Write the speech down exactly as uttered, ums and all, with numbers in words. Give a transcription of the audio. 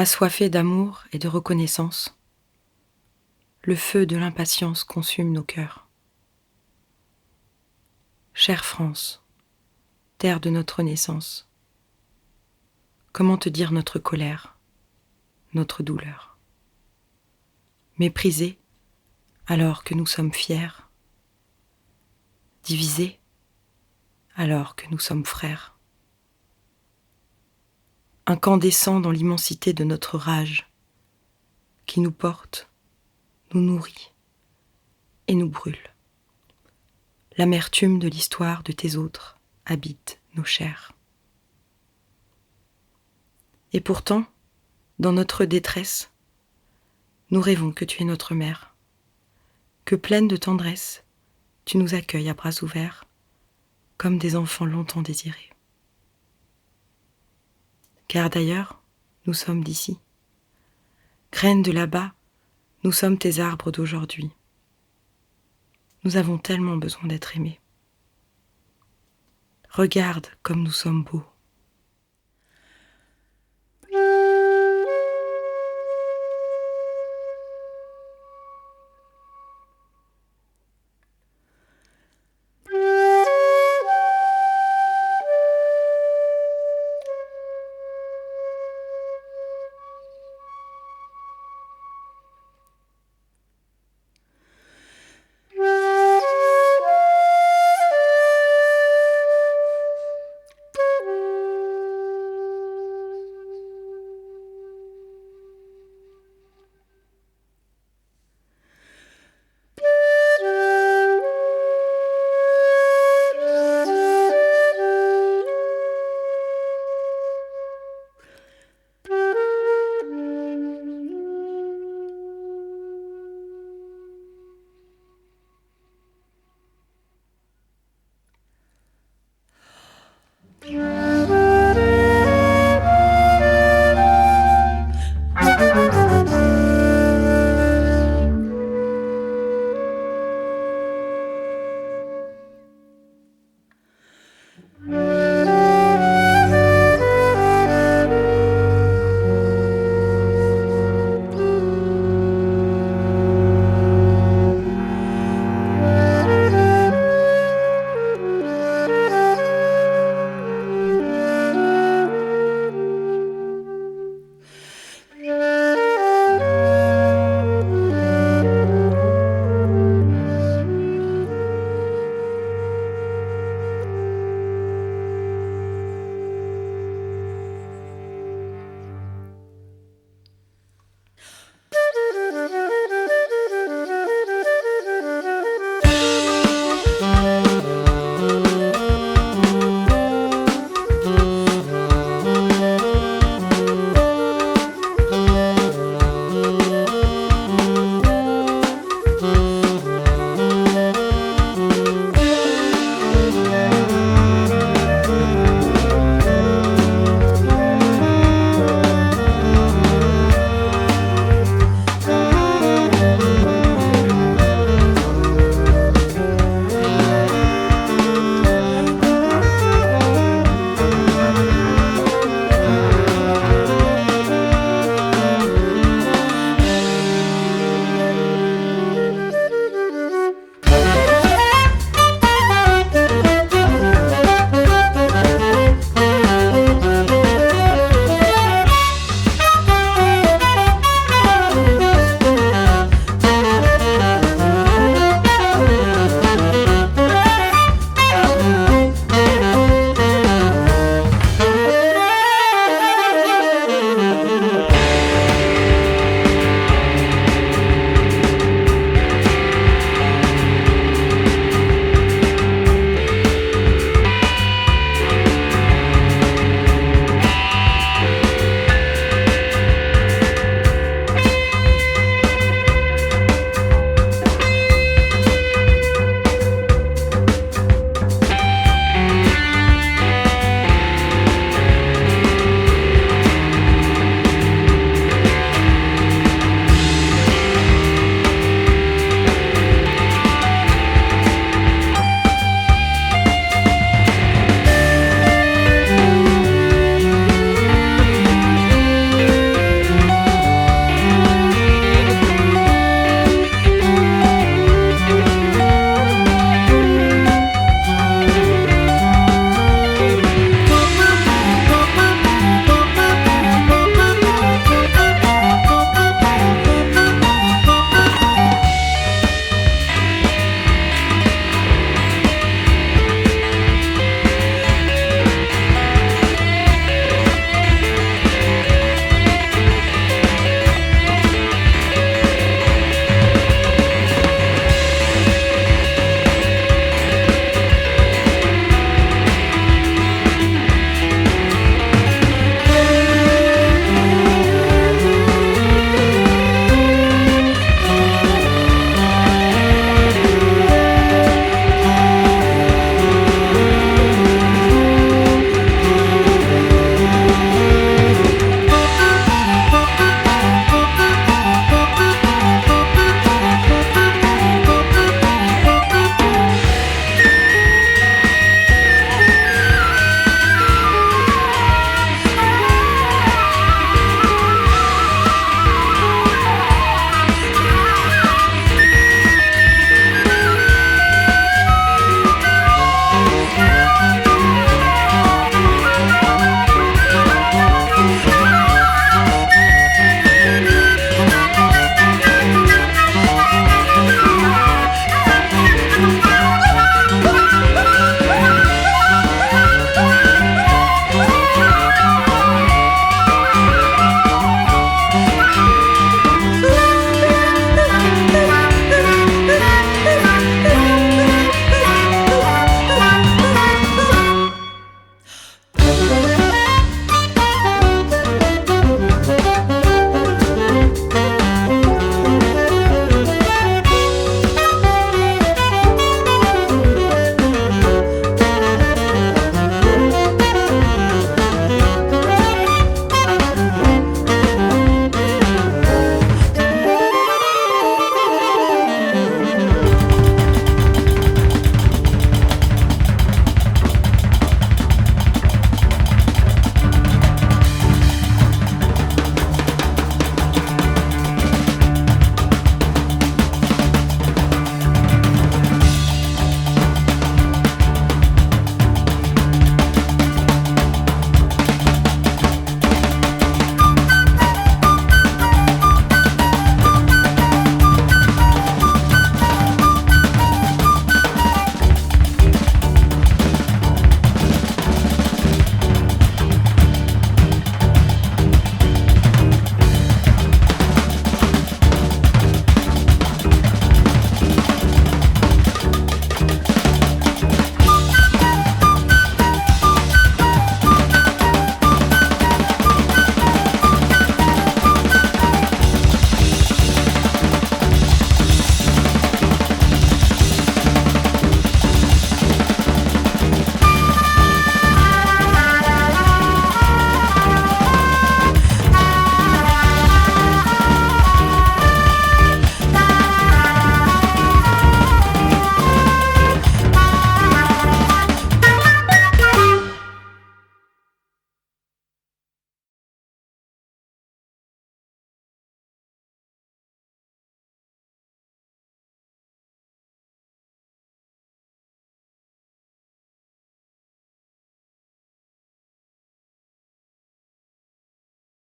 Assoiffés d'amour et de reconnaissance, le feu de l'impatience consume nos cœurs. Chère France, terre de notre naissance, comment te dire notre colère, notre douleur? Méprisés alors que nous sommes fiers, divisés alors que nous sommes frères. Incandescents dans l'immensité de notre rage, qui nous porte, nous nourrit et nous brûle. L'amertume de l'histoire de tes autres habite nos chairs. Et pourtant, dans notre détresse, nous rêvons que tu es notre mère, que pleine de tendresse, tu nous accueilles à bras ouverts, comme des enfants longtemps désirés. Car d'ailleurs, nous sommes d'ici. Graines de là-bas, nous sommes tes arbres d'aujourd'hui. Nous avons tellement besoin d'être aimés. Regarde comme nous sommes beaux.